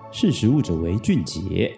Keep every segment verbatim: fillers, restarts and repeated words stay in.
识时务者为俊杰。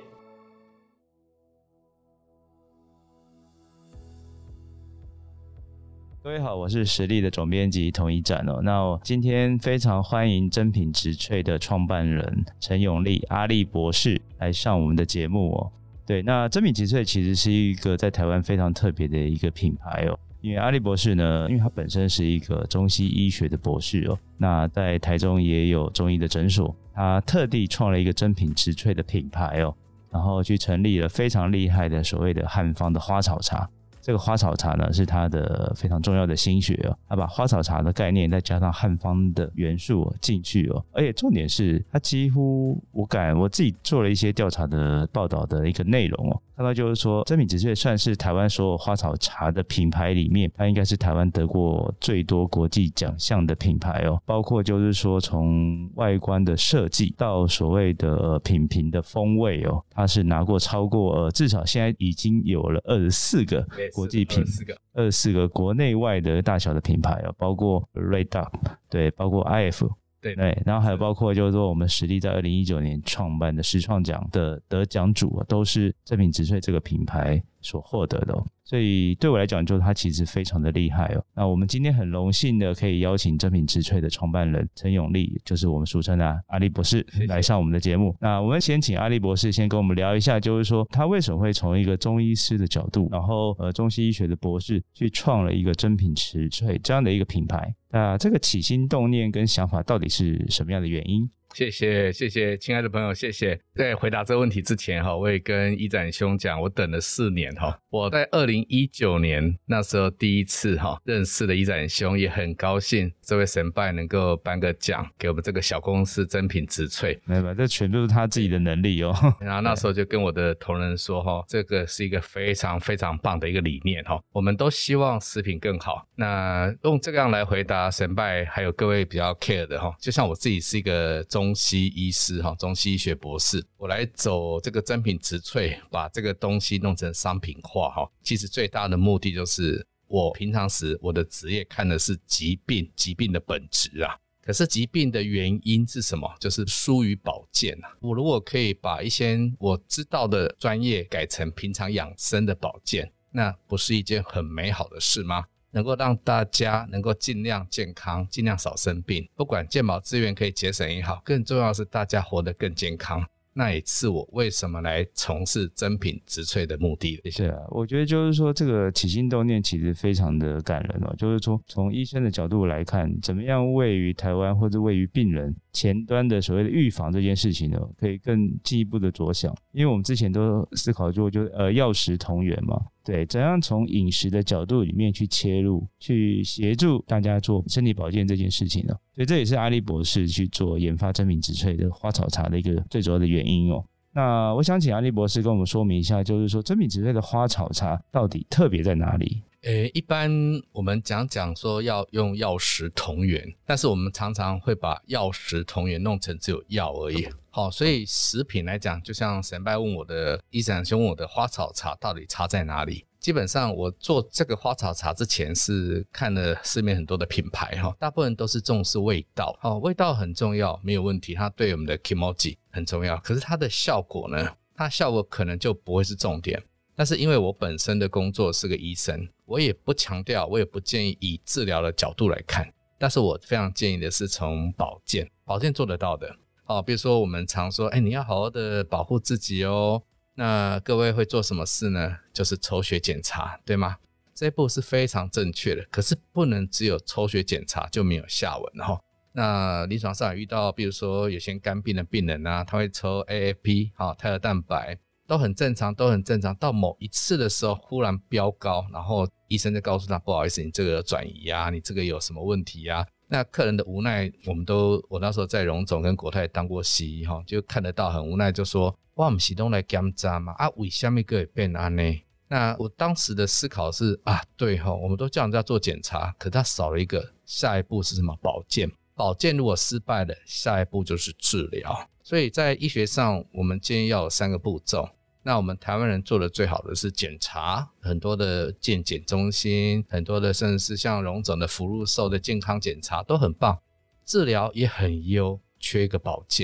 各位好，我是实力的总编辑童一展哦。那我今天非常欢迎真品植萃的创办人陈永利阿力博士来上我们的节目哦。对，那真品植萃其实是一个在台湾非常特别的一个品牌哦。因为阿力博士呢，因为他本身是一个中西医学的博士哦，那在台中也有中医的诊所，他特地创了一个真品植萃的品牌哦，然后去成立了非常厉害的所谓的汉方的花草茶。这个花草茶呢是他的非常重要的心血哦，他把花草茶的概念再加上汉方的元素、哦、进去哦，而且重点是他几乎我敢我自己做了一些调查的报道的一个内容哦，看到就是说真品植萃算是台湾所有花草茶的品牌里面，它应该是台湾得过最多国际奖项的品牌哦，包括就是说从外观的设计到所谓的、呃、品评的风味哦，它是拿过超过呃至少现在已经有了二十四个国际品二十四个国内外的大小的品牌哦，包括 Red Up 对，包括 I F 对, 对，然后还有包括就是说我们实力在二零一九年创办的时创奖的得奖主、啊、都是真品植萃这个品牌所获得的、哦、所以对我来讲就是它其实非常的厉害哦。那我们今天很荣幸的可以邀请真品植萃的创办人陈永利，就是我们俗称的阿力博士来上我们的节目。那我们先请阿力博士先跟我们聊一下，就是说他为什么会从一个中医师的角度，然后呃中西医学的博士去创了一个真品植萃这样的一个品牌，那这个起心动念跟想法到底是什么样的原因？ 谢谢谢谢亲爱的朋友，谢谢。在回答这个问题之前我也跟一展兄讲，我等了四年。我在二零一九年那时候第一次认识了一展兄，也很高兴这位神拜能够颁个奖给我们这个小公司真品植萃。 没有，这全部是他自己的能力哦。 然后那时候就跟我的同仁说，这个是一个非常非常棒的一个理念，我们都希望食品更好。那用这样来回答神拜还有各位比较 care 的，就像我自己是一个中中西医师，中西医学博士，我来走这个真品植萃，把这个东西弄成商品化，其实最大的目的就是我平常时我的职业看的是疾病疾病的本质啊，可是疾病的原因是什么？就是疏于保健啊。我如果可以把一些我知道的专业改成平常养生的保健，那不是一件很美好的事吗？能够让大家能够尽量健康，尽量少生病，不管健保资源可以节省也好，更重要的是大家活得更健康，那也是我为什么来从事真品植萃的目的。 对啊，我觉得就是说这个起心动念其实非常的感人哦，就是说从医生的角度来看，怎么样位于台湾或者位于病人前端的所谓的预防这件事情呢，可以更进一步的着想。因为我们之前都思考过就是呃药食同源嘛，对，怎样从饮食的角度里面去切入，去协助大家做身体保健这件事情呢，所以这也是阿力博士去做研发真品植萃的花草茶的一个最主要的原因哦。那我想请阿力博士跟我们说明一下，就是说真品植萃的花草茶到底特别在哪里？ 呃，一般我们讲讲说要用药食同源，但是我们常常会把药食同源弄成只有药而已。好，所以食品来讲，就像神拜问我的，一展兄问我的花草茶到底差在哪里？基本上我做这个花草茶之前是看了市面很多的品牌，大部分都是重视味道，味道很重要没有问题，它对我们的 kimoji 很重要，可是它的效果呢，它效果可能就不会是重点。但是因为我本身的工作是个医生，我也不强调，我也不建议以治疗的角度来看，但是我非常建议的是从保健保健做得到的。哦，比如说我们常说，哎，你要好好的保护自己哦。那各位会做什么事呢？就是抽血检查，对吗？这一步是非常正确的，可是不能只有抽血检查就没有下文哈、哦。那临床上遇到，比如说有些肝病的病人啊，他会抽 A F P 好、哦，胎儿蛋白都很正常，都很正常。到某一次的时候忽然飙高，然后医生就告诉他，不好意思，你这个有转移啊，你这个有什么问题啊？那客人的无奈，我们都我那时候在荣总跟国泰当过西医、哦、就看得到很无奈，就说哇，我们是都来检查嘛，啊，为什么会变这样呢？那我当时的思考是啊，对齁，我们都叫人家做检查，可他少了一个，下一步是什么？保健。保健如果失败了，下一步就是治疗。所以在医学上，我们建议要有三个步骤。那我们台湾人做的最好的是检查，很多的健检中心，很多的甚至是像荣总的福禄寿的健康检查都很棒，治疗也很优，缺一个保健啊。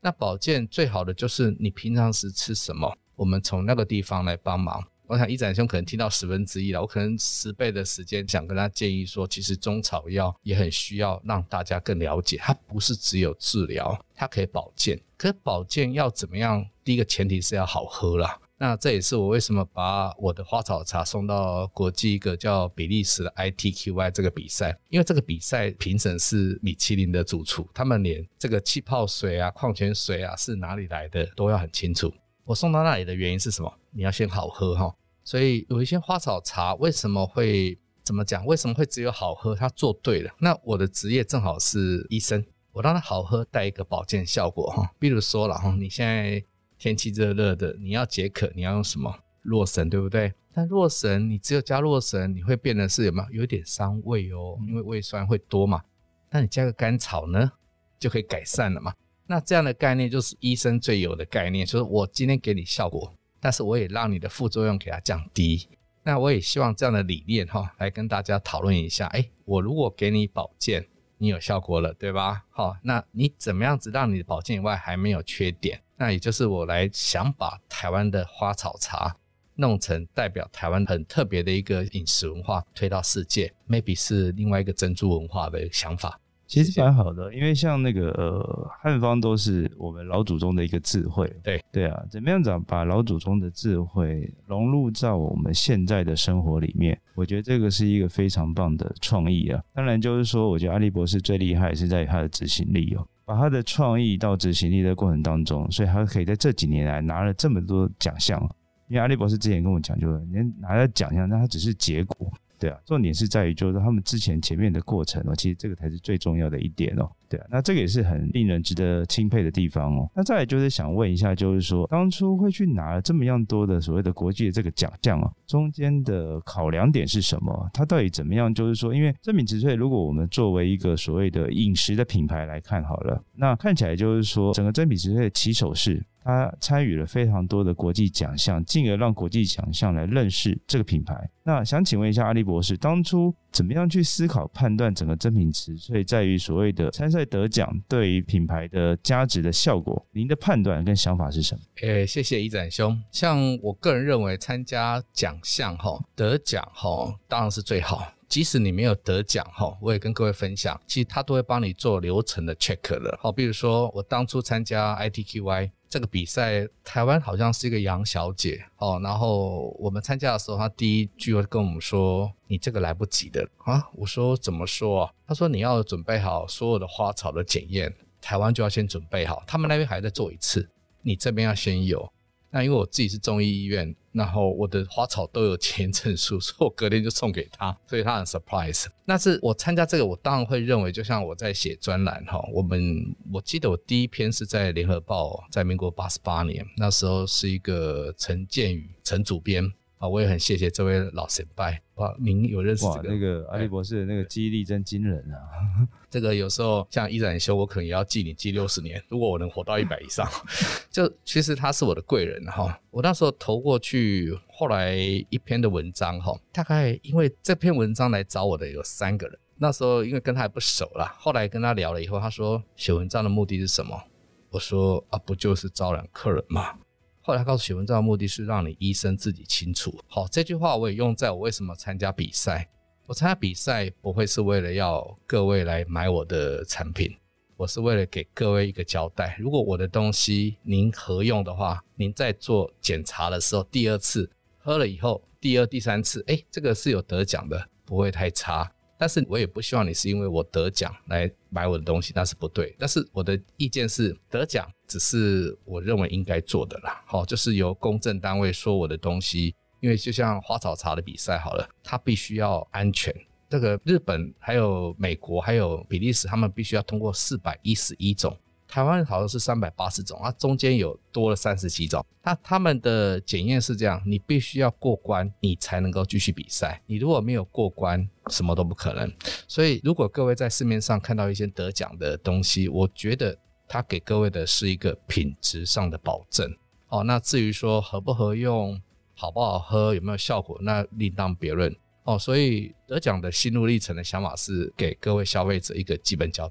那保健最好的就是你平常时吃什么，我们从那个地方来帮忙。我想一展兄可能听到十分之一了，我可能十倍的时间想跟他建议说，其实中草药也很需要让大家更了解，它不是只有治疗，它可以保健。可是保健要怎么样？第一个前提是要好喝啦。那这也是我为什么把我的花草茶送到国际一个叫比利时的 I T Q Y 这个比赛，因为这个比赛评审是米其林的主厨，他们连这个气泡水啊、矿泉水啊是哪里来的都要很清楚。我送到那里的原因是什么？你要先好喝齁。所以有一些花草茶为什么会怎么讲？为什么会只有好喝？它做对了。那我的职业正好是医生，我让它好喝带一个保健效果齁。比如说啦，你现在天气热热的，你要解渴，你要用什么？洛神，对不对？但洛神你只有加洛神，你会变得是有没有有点伤胃哦，因为胃酸会多嘛。那你加个甘草呢，就可以改善了嘛。那这样的概念就是医生最有的概念，就是我今天给你效果，但是我也让你的副作用给它降低。那我也希望这样的理念齁，来跟大家讨论一下。诶，我如果给你保健，你有效果了，对吧？齁，那你怎么样子让你的保健以外还没有缺点？那也就是我来想把台湾的花草茶弄成代表台湾很特别的一个饮食文化推到世界， maybe 是另外一个珍珠文化的想法。 其实蛮好的，因为像那个呃汉方都是我们老祖宗的一个智慧， 对对啊，怎么样讲把老祖宗的智慧融入在我们现在的生活里面，我觉得这个是一个非常棒的创意啊。当然就是说我觉得阿力博士最厉害是在于他的执行力哦，把他的创意到执行力的过程当中，所以他可以在这几年来拿了这么多奖项。因为阿力博士之前跟我讲，就是你拿了奖项，那它只是结果。对啊，重点是在于就是他们之前前面的过程哦，其实这个才是最重要的一点哦。对啊，那这个也是很令人值得钦佩的地方哦。那再来就是想问一下，就是说当初会去拿了这么样多的所谓的国际的这个奖项哦，中间的考量点是什么？它到底怎么样？就是说，因为真品植萃，如果我们作为一个所谓的饮食的品牌来看好了，那看起来就是说整个真品植萃的起手式，他参与了非常多的国际奖项，进而让国际奖项来认识这个品牌。那想请问一下阿力博士，当初怎么样去思考判断整个真品植萃在于所谓的参赛得奖对于品牌的价值的效果，您的判断跟想法是什么？ 欸、谢谢一展兄。像我个人认为参加奖项得奖当然是最好，即使你没有得奖，我也跟各位分享，其实他都会帮你做流程的 check 了。比如说我当初参加 I T Q Y 这个比赛，台湾好像是一个杨小姐，然后我们参加的时候，她第一句跟我们说，你这个来不及的啊。我说怎么说啊？她说你要准备好所有的花草的检验，台湾就要先准备好，他们那边还在做一次，你这边要先有。那因为我自己是中医医院，然后我的花草都有检验证书，所以我隔天就送给他，所以他很 surprise。那是我参加这个，我当然会认为，就像我在写专栏哈，我们我记得我第一篇是在联合报，在民国八十八年，那时候是一个陈建宇陈主编啊，我也很谢谢这位老前辈哇，您有认识这个？ 哇，那个阿力博士的那个记忆力真惊人啊！ 这个有时候像一展修，我可能也要记你记六十年，如果我能活到一百以上，就其实他是我的贵人哈。我那时候投过去，后来一篇的文章哈，大概因为这篇文章来找我的有三个人，那时候因为跟他还不熟啦，后来跟他聊了以后，他说写文章的目的是什么？我说啊，不就是招揽客人吗？后来他告诉写文章的目的是让你医生自己清楚。好，这句话我也用在我为什么参加比赛。我参加比赛不会是为了要各位来买我的产品，我是为了给各位一个交代。如果我的东西您合用的话，您在做检查的时候，第二次喝了以后，第二第三次，诶，这个是有得奖的，不会太差。但是我也不希望你是因为我得奖来买我的东西，那是不对。但是我的意见是，得奖只是我认为应该做的啦，好，就是由公正单位说我的东西，因为就像花草茶的比赛好了，它必须要安全。这个日本还有美国还有比利时，他们必须要通过四百一十一种，台湾好像是三百八十种，它中间有多了三十几种。那他们的检验是这样，你必须要过关，你才能够继续比赛。你如果没有过关，什么都不可能。所以如果各位在市面上看到一些得奖的东西，我觉得它给各位的是一个品质上的保证。哦，那至于说合不合用，好不好喝，有没有效果，那另当别论。哦，所以得奖的心路历程的想法是给各位消费者一个基本交代，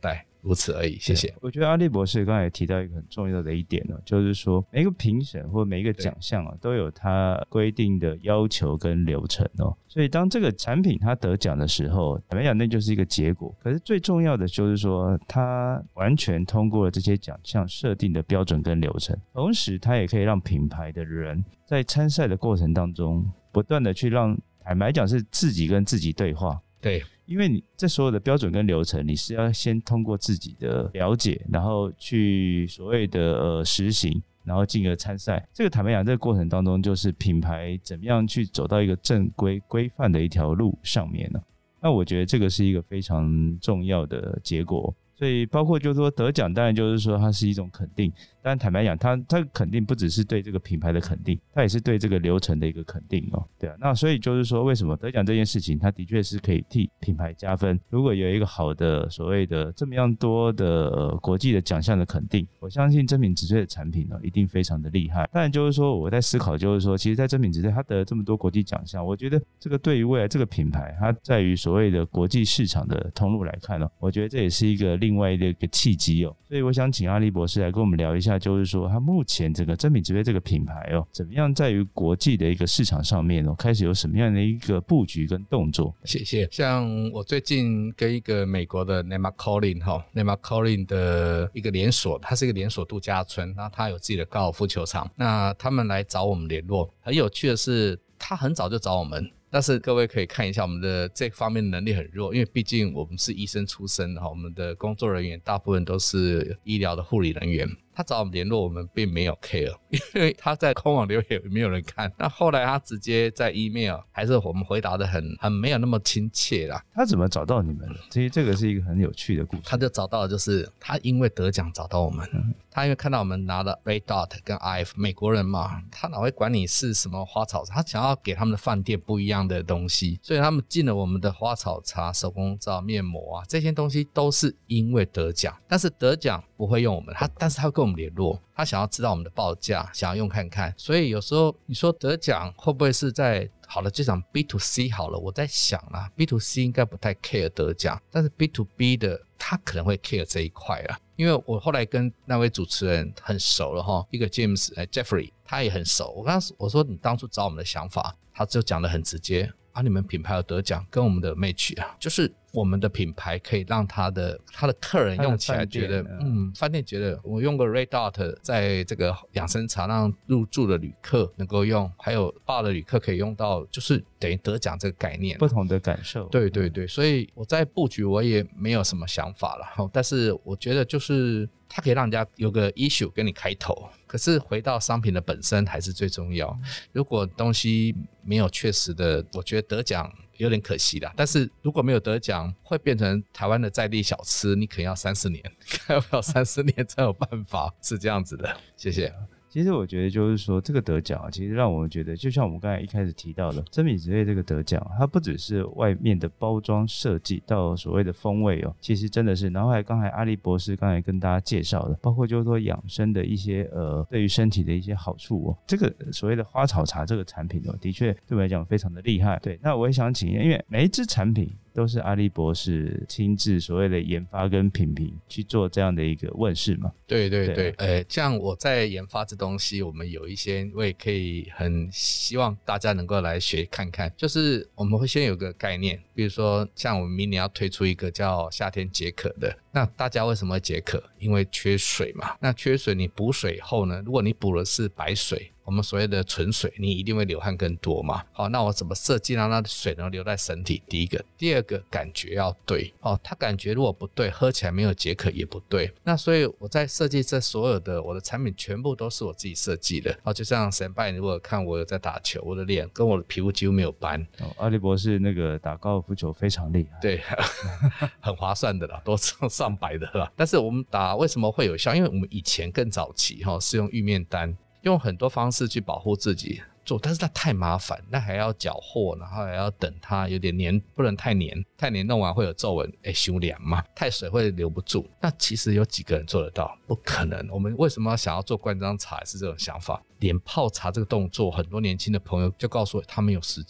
如此而已。谢谢。 我觉得阿力博士刚才也提到一个很重要的一点呢，就是说每一个评审或每一个奖项啊，都有它规定的要求跟流程哦。所以当这个产品它得奖的时候，坦白讲那就是一个结果。可是最重要的就是说，它完全通过了这些奖项设定的标准跟流程，同时它也可以让品牌的人在参赛的过程当中，不断的去让，坦白讲是自己跟自己对话。 对， 因为你这所有的标准跟流程，你是要先通过自己的了解，然后去所谓的呃实行，然后进而参赛。这个坦白讲，这个过程当中，就是品牌怎么样去走到一个正规规范的一条路上面呢？那我觉得这个是一个非常重要的结果。所以包括就是说得奖，当然就是说它是一种肯定，但坦白讲，它它肯定不只是对这个品牌的肯定，它也是对这个流程的一个肯定哦。对啊，那所以就是说，为什么得奖这件事情，它的确是可以替品牌加分。如果有一个好的所谓的这么样多的、呃、国际的奖项的肯定，我相信真品植萃的产品呢、哦，一定非常的厉害。当然就是说，我在思考就是说，其实在真品植萃它得了这么多国际奖项，我觉得这个对于未来这个品牌，它在于所谓的国际市场的通路来看呢、哦，我觉得这也是一个另外的一个契机哦。所以我想请阿力博士来跟我们聊一下，就是说他目前整个真品植萃这个品牌哦，怎么样在于国际的一个市场上面哦，开始有什么样的一个布局跟动作？ 谢谢。像我最近跟一个美国的 Nemacolin 哈 Nemacolin 的一个连锁，它是一个连锁度假村，那它有自己的高尔夫球场，那他们来找我们联络。很有趣的是，他很早就找我们。但是各位可以看一下，我们的这方面的能力很弱，因为毕竟我们是医生出身，我们的工作人员大部分都是医疗的护理人员。他找我们联络，我们并没有 care， 因为他在官网留言也没有人看。那后来他直接在 email， 还是我们回答的很很没有那么亲切啦。 他怎么找到你们的？其实这个是一个很有趣的故事。 他就找到的就是他因为得奖找到我们，嗯、他因为看到我们拿了 Red Dot 跟 I F， 美国人嘛，他哪会管你是什么花草茶？他想要给他们的饭店不一样的东西，所以他们进了我们的花草茶、手工皂、面膜啊，这些东西都是因为得奖。但是得奖不会用我们，他但是他会跟我们联络，他想要知道我们的报价，想要用看看。所以有时候你说得奖会不会是在好了，就讲 B to C 好了，我在想啦 B to C 应该不太 care 得奖，但是 B to B 的他可能会 care 这一块啦。因为我后来跟那位主持人很熟了齁，一个 James、呃、Jeffrey 他也很熟。我跟他我说你当初找我们的想法，他就讲得很直接啊，你们品牌有得奖跟我们的 match 啊，就是我们的品牌可以让他的他的客人用起来觉得嗯，饭店觉得我用个 Red Dot 在这个养生茶让入住的旅客能够用，还有 bar 的旅客可以用到，就是等于得奖这个概念， 不同的感受。 对对对，所以我在布局我也没有什么想法了，但是我觉得就是它可以让人家有个 issue 跟你开头，可是回到商品的本身还是最重要。如果东西没有确实的，我觉得得奖有点可惜啦，但是如果没有得奖，会变成台湾的在地小吃，你可能要三十年，要不要三十年才有办法，是这样子的。谢谢。 其实我觉得就是说这个得奖啊，其实让我们觉得就像我们刚才一开始提到的真品植萃这个得奖，它不只是外面的包装设计到所谓的风味哦，其实真的是，然后还刚才阿力博士刚才跟大家介绍的，包括就是说养生的一些呃对于身体的一些好处哦，这个所谓的花草茶这个产品哦，的确对我来讲非常的厉害。对，那我也想请，因为每一支产品都是阿力博士亲自所谓的研发跟品评去做这样的一个问世嘛。 对对对，呃，像我在研发这东西，我们有一些我也可以很希望大家能够来学看看，就是我们会先有个概念，比如说像我们明年要推出一个叫夏天解渴的，那大家为什么会解渴？因为缺水嘛，那缺水你补水后呢，如果你补的是白水，我们所谓的纯水，你一定会流汗更多嘛。好，那我怎么设计让它的水能留在身体？第一个，第二个感觉要对哦，它感觉如果不对，喝起来没有解渴也不对。那所以我在设计这所有的我的产品，全部都是我自己设计的。哦，就像神拜，如果看我有在打球，我的脸跟我的皮肤几乎没有斑。 哦，阿力博士那个打高尔夫球非常厉害， 对，很划算的啦，都上上百的啦。但是我们打为什么会有效？因为我们以前更早期哈、哦、是用玉面丹。用很多方式去保护自己做，但是它太麻烦，那还要搅和，然后还要等它有点黏，不能太黏，太黏弄完会有皱纹，哎，修凉嘛，太水会留不住。那其实有几个人做得到？不可能。我们为什么要想要做罐装茶，是这种想法。连泡茶这个动作，很多年轻的朋友就告诉我他没有时间，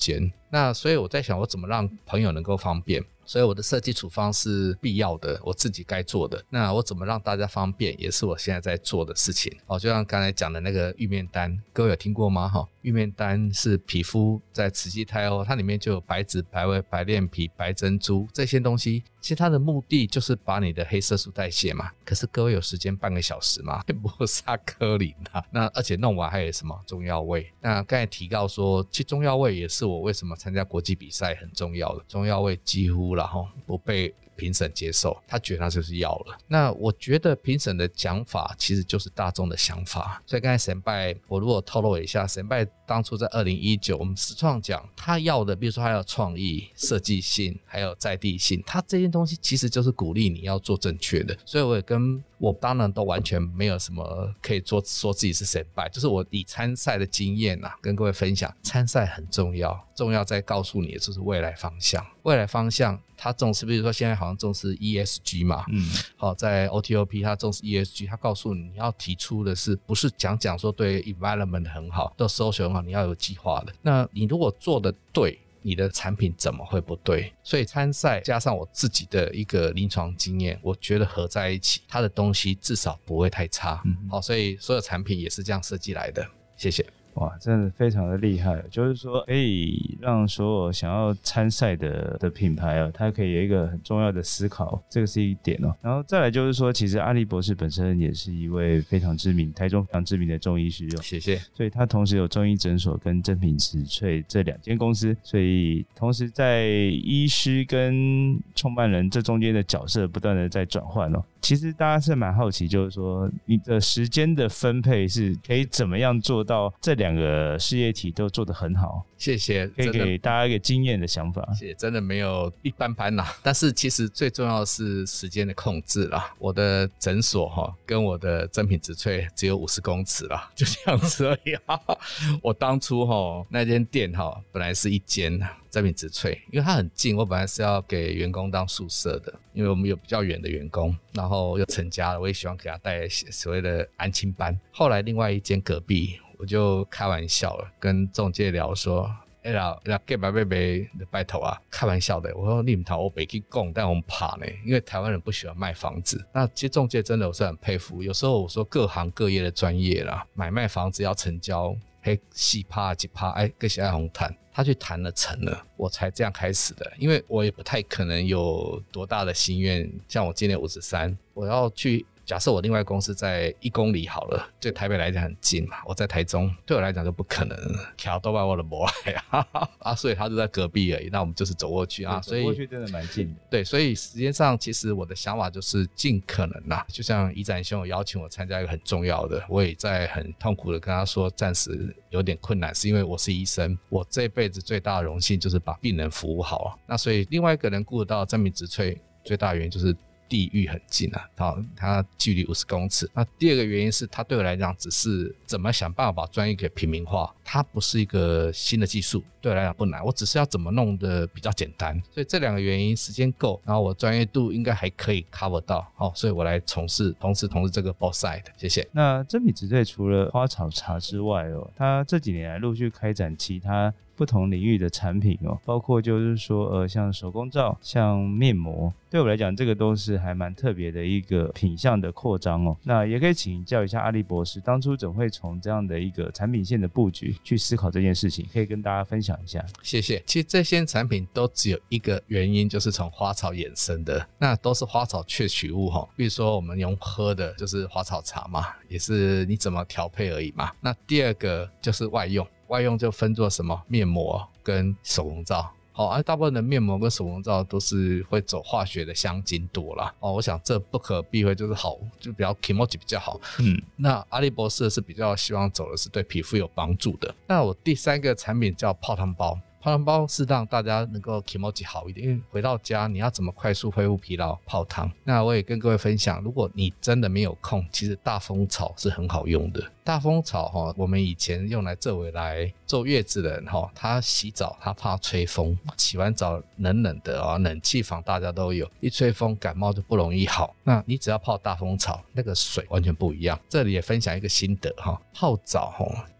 那所以我在想我怎么让朋友能够方便，所以我的设计处方是必要的，我自己该做的。那我怎么让大家方便，也是我现在在做的事情。哦，就像刚才讲的那个玉面丹，各位有听过吗？哈，玉面丹是皮肤在慈禧太后，它里面就有白质、白维、白链皮、白珍珠这些东西。其实它的目的就是把你的黑色素代谢嘛。可是各位有时间半个小时吗？磨砂颗粒啊，那而且弄完还有什么中药味？那刚才提到说，其实中药味也是我为什么参加国际比赛很重要的。中药味几乎然后不被评审接受，他觉得它就是药了。那我觉得评审的讲法其实就是大众的想法，所以刚才神拜我如果透露一下，神拜当初在二零一九我们实创奖，他要的比如说他要创意、设计性还有在地性，他这些东西其实就是鼓励你要做正确的。所以我也跟我当然都完全没有什么可以做说自己是神拜，就是我以参赛的经验啊跟各位分享，参赛很重要，重要在告诉你的就是未来方向。未来方向他重视，比如说现在好像重视 E S G 嘛，嗯，好，在 O T O P 他重视 E S G， 他告诉你你要提出的是不是讲讲说对 environment 很好，对 social 很好，你要有计划的。那你如果做的对，你的产品怎么会不对？所以参赛加上我自己的一个临床经验，我觉得合在一起，它的东西至少不会太差。嗯，好，所以所有产品也是这样设计来的。谢谢。 哇，真的非常的厉害，就是说可以让所有想要参赛的的品牌哦，它可以有一个很重要的思考，这个是一点哦。然后再来就是说，其实阿力博士本身也是一位非常知名，台中非常知名的中医师哦。 谢谢。 所以他同时有中医诊所跟珍品植萃这两间公司，所以同时在医师跟创办人这中间的角色不断的在转换哦。其实大家是蛮好奇，就是说你的时间的分配是可以怎么样做到这两个事业体都做得很好？ 谢谢， 可以给大家一个经验的想法。 谢谢，真的没有一般般啦，但是其实最重要的是时间的控制啦。我的诊所哈跟我的珍品植萃只有五十公尺啦，就这样子而已啊。我当初哈那间店哈本来是一间珍品植萃，因为它很近，我本来是要给员工当宿舍的，因为我们有比较远的员工，然后又成家了，我也希望给他带所谓的安亲班。后来另外一间隔壁，我就开玩笑了，跟仲介聊说，哎啦，那给白贝贝的拜托啊，开玩笑的，我说你们台我北去供，但我们怕呢，因为台湾人不喜欢卖房子。那其实仲介真的我是很佩服，有时候我说各行各业的专业啦，买卖房子要成交，嘿，四趴几趴，哎，跟谁爱红谈。他去谈了成了，我才这样开始的，因为我也不太可能有多大的心愿，像我今年五十三，我要去假设我另外公司在一公里好了，对台北来讲很近嘛，我在台中，对我来讲就不可能，桥都把我的不爱啊，啊，所以他就在隔壁而已，那我们就是走过去啊，所以走过去真的蛮近的。 对，所以时间上其实我的想法就是尽可能啦，就像宜展兄有邀请我参加一个很重要的，我也在很痛苦的跟他说，暂时有点困难，是因为我是医生，我这辈子最大的荣幸就是把病人服务好啊。那所以另外一个人顾得到珍品植萃，最大的原因就是地域很近啊，它它距离五十公尺。那第二个原因是，它对我来讲只是怎么想办法把专业给平民化，它不是一个新的技术，对我来讲不难，我只是要怎么弄得比较简单。所以这两个原因，时间够，然后我专业度应该还可以 cover 到，好，所以我来从事同时从事这个 both side， 谢谢。 那珍品植萃除了花草茶之外哦，它这几年来陆续开展其他不同领域的产品哦，包括就是说呃像手工皂、像面膜，对我来讲这个都是还蛮特别的一个品项的扩张哦。那也可以请教一下阿力博士，当初怎么会从这样的一个产品线的布局去思考这件事情，可以跟大家分享一下。 谢谢。其实这些产品都只有一个原因，就是从花草衍生的，那都是花草萃取物齁。比如说我们用喝的就是花草茶嘛，也是你怎么调配而已嘛。那第二个就是外用，外用就分作什么面膜跟手工皂。好、啊，大部分的面膜跟手工皂都是会走化学的香精多啦。哦，我想这不可避讳，就是好，就比较 kimochi 比较好。嗯，那阿力博士是比较希望走的是对皮肤有帮助的。那我第三个产品叫泡汤包。泡汤包是让大家能够 kimochi 好一点，因为回到家你要怎么快速恢复疲劳，泡汤。那我也跟各位分享，如果你真的没有空，其实大蜂草是很好用的。大蜂草我们以前用来作为来坐月子的人，他洗澡他怕吹风，洗完澡冷冷的，冷气房大家都有，一吹风感冒就不容易好。那你只要泡大蜂草，那个水完全不一样。这里也分享一个心得，泡澡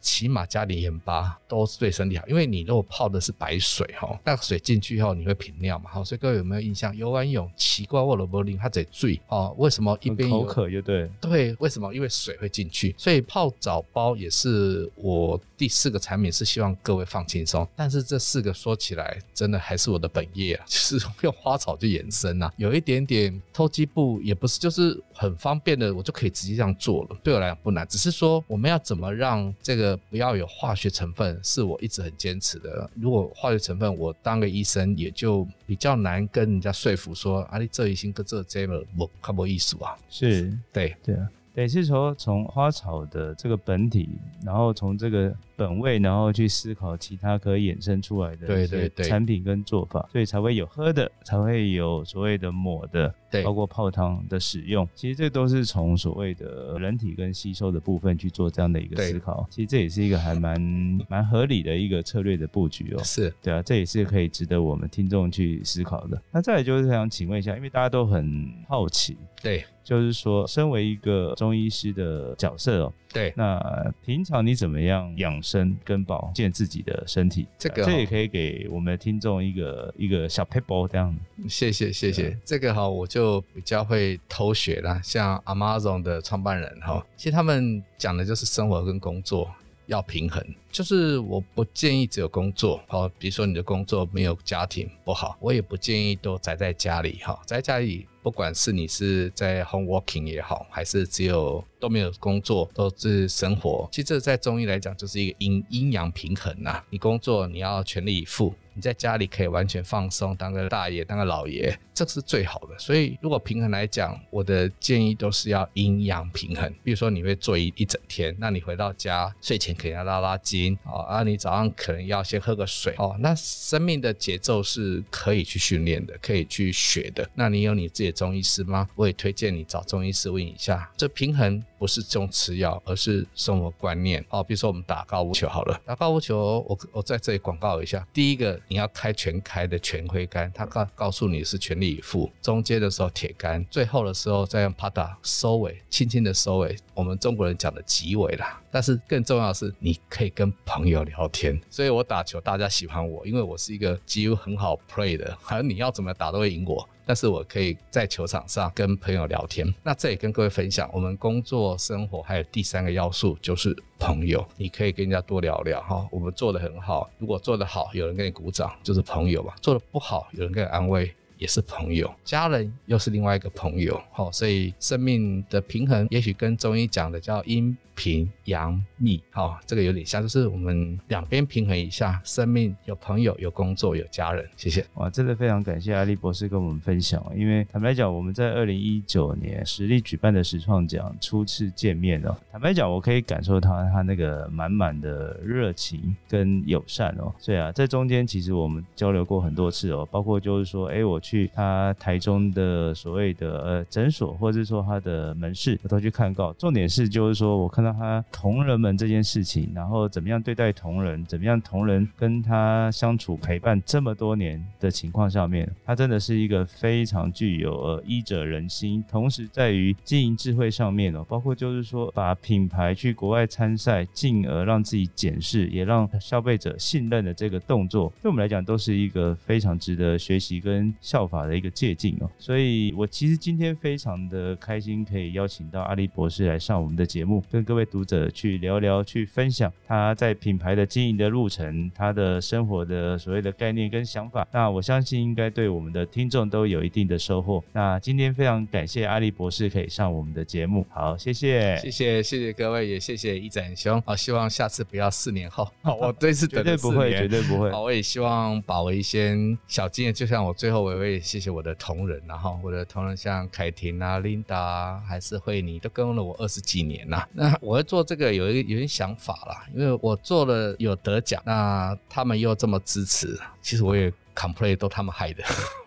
起码加点盐巴都是对身体好，因为你如果泡的是白水齁，那水进去后你会频尿嘛，所以各位有没有印象游完泳奇怪我都没喝它在醉哦，为什么一边口渴就对对，为什么？因为水会进去，所以泡澡包也是我第四个产品，是希望各位放轻松。但是这四个说起来真的还是我的本业啊，就是用花草去衍生啊，有一点点偷鸡步也不是，就是很方便的我就可以直接这样做了，对我来讲不难，只是说我们要怎么让这个不要有化学成分是我一直很坚持的。如果化学成分我当个医生也就比较难跟人家说服说啊你这一心跟这这么我看不艺术啊， 是对对啊，得是说从花草的这个本体，然后从这个本味，然后去思考其他可以衍生出来的一些产品跟做法，所以才会有喝的，才会有所谓的抹的， 对， 包括泡汤的使用，其实这都是从所谓的人体跟吸收的部分去做这样的一个思考，其实这也是一个还蛮蛮合理的一个策略的布局哦。 是， 对啊，这也是可以值得我们听众去思考的。那再来就是想请问一下，因为大家都很好奇， 对， 就是说身为一个中医师的角色哦， 对， 那平常你怎么样养生跟保健自己的身体？ 这个、哦、 这也可以给我们的听众一个一个小 paper 这样的。 谢谢谢谢，这个哈我就比较会偷学啦，像 Amazon 的创办人哈，其实他们讲的就是生活跟工作要平衡，就是我不建议只有工作，好，比如说你的工作没有家庭不好，我也不建议都宅在家里，哈，宅在家里不管是你是在 home working 也好，还是只有都没有工作都是生活，其实这在中医来讲就是一个阴阴阳平衡啊，你工作你要全力以赴，你在家里可以完全放松，当个大爷当个老爷，这是最好的。所以如果平衡来讲，我的建议都是要阴阳平衡，比如说你会做 一, 一整天，那你回到家睡前可能要拉拉筋、哦、啊，你早上可能要先喝个水、哦、那生命的节奏是可以去训练的，可以去学的。那你有你自己的中医师吗？我也推荐你找中医师问一下，这平衡不是用吃药，而是生活观念、哦、比如说我们打高尔夫球好了，打高尔夫球 我, 我在这里广告一下，第一个你要开全开的全挥杆，他 告, 告诉你是全力以赴，中间的时候铁杆，最后的时候再用帕达收尾，轻轻的收尾，我们中国人讲的击尾啦。但是更重要的是你可以跟朋友聊天，所以我打球大家喜欢我，因为我是一个几乎很好 play 的，还有你要怎么打都会赢我，但是我可以在球场上跟朋友聊天。那这也跟各位分享，我们工作生活还有第三个要素就是朋友，你可以跟人家多聊聊哈。我们做得很好，如果做得好有人跟你鼓掌就是朋友嘛，做得不好有人跟你安慰也是朋友，家人又是另外一个朋友、哦、所以生命的平衡也许跟中医讲的叫阴平阳密、哦、这个有点像，就是我们两边平衡一下，生命有朋友有工作有家人。谢谢。 哇，真的非常感谢阿力博士跟我们分享，因为坦白讲我们在二零一九年实力举办的实创奖初次见面哦，坦白讲我可以感受到他那个满满的热情跟友善哦，所以啊在中间其实我们交流过很多次哦，包括就是说哎，我去他台中的所谓的呃诊所，或者是说他的门市我都去看过，重点是就是说我看到他同仁们这件事情，然后怎么样对待同仁，怎么样同仁跟他相处陪伴这么多年的情况下面，他真的是一个非常具有呃医者仁心，同时在于经营智慧上面哦，包括就是说把品牌去国外参赛，进而让自己检视，也让消费者信任的这个动作，对我们来讲都是一个非常值得学习跟效法的一个借鉴哦。所以我其实今天非常的开心可以邀请到阿力博士来上我们的节目，跟各位读者去聊聊，去分享他在品牌的经营的路程，他的生活的所谓的概念跟想法，那我相信应该对我们的听众都有一定的收获。那今天非常感谢阿力博士可以上我们的节目，好，谢谢谢谢谢谢各位，也谢谢一展兄，好，希望下次不要四年后，好，我这次等了四年绝对不会绝对不会， 好，我也希望把我一些小经验，就像我最后我也谢谢我的同仁，然后我的同仁像凯婷啊、Linda 啊，还是慧妮，都跟了我二十几年啦、啊。那我会做这个有一有点想法啦，因为我做了有得奖，那他们又这么支持，其实我也complain 都他们害的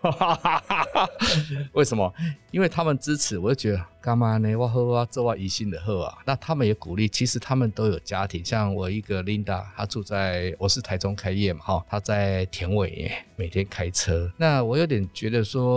为什么？因为他们支持，我就觉得干嘛呢？我喝啊，这我疑心的喝啊。那他们也鼓励，其实他们都有家庭，像我一个 Linda， 她住在我是台中开业嘛，她在田尾耶，每天开车。那我有点觉得说，如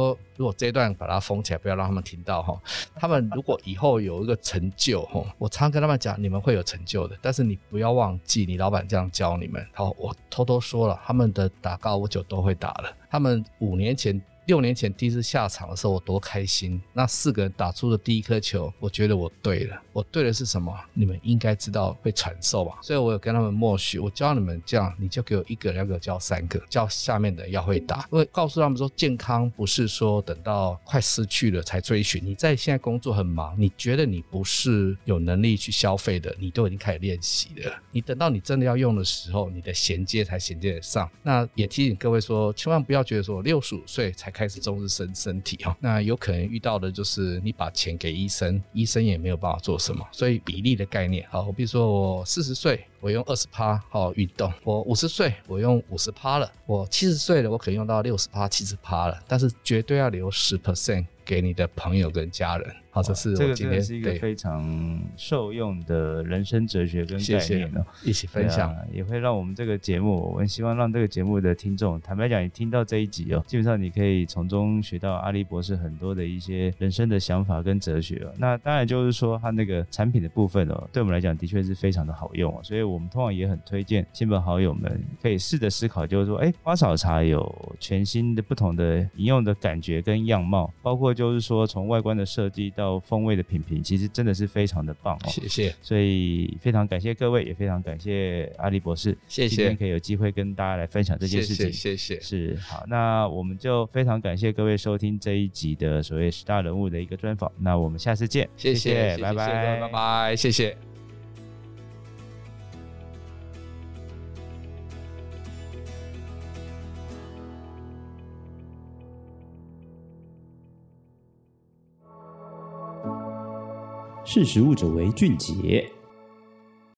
如果这一段把它封起来，不要让他们听到哈。他们如果以后有一个成就哈，我常跟他们讲，你们会有成就的，但是你不要忘记你老板这样教你们。好，我偷偷说了，他们的打高尔夫球都会打了，他们五年前六年前第一次下场的时候我多开心，那四个人打出的第一颗球，我觉得我对了。我对的是什么？你们应该知道会传授吧，所以我有跟他们默许，我教你们这样，你就给我一个，要给我教三个，教下面的要会打。因为告诉他们说，健康不是说等到快失去了才追寻，你在现在工作很忙，你觉得你不是有能力去消费的，你都已经开始练习了，你等到你真的要用的时候，你的衔接才衔接得上。那也提醒各位说，千万不要觉得说六十五岁才开始重视身身体、哦、那有可能遇到的就是你把钱给医生，医生也没有办法做什么。所以比例的概念，好，我比如说我四十岁我用 百分之二十 好运动，我五十岁我用 百分之五十 了，我七十岁了我可能用到 百分之六十 百分之七十 了，但是绝对要留 百分之十 给你的朋友跟家人。好，这是我今天、 这个真的是一个非常受用的人生哲学跟概念、哦、 谢谢一起分享、 啊、也会让我们这个节目，我很希望让这个节目的听众，坦白讲，你听到这一集哦，基本上你可以从中学到阿力博士很多的一些人生的想法跟哲学、哦、那当然就是说他那个产品的部分哦，对我们来讲的确是非常的好用、哦、所以我们通常也很推荐亲朋好友们可以试着思考，就是说哎，花草茶有全新的不同的饮用的感觉跟样貌，包括就是说从外观的设计到风味的品评，其实真的是非常的棒、哦、 谢谢。 所以非常感谢各位，也非常感谢阿力博士， 谢谢今天可以有机会跟大家来分享这件事情， 谢谢谢谢。 是，好，那我们就非常感谢各位收听这一集的所谓十大人物的一个专访，那我们下次见， 谢谢，谢谢，拜拜， 拜拜，谢谢。 识时务者为俊杰。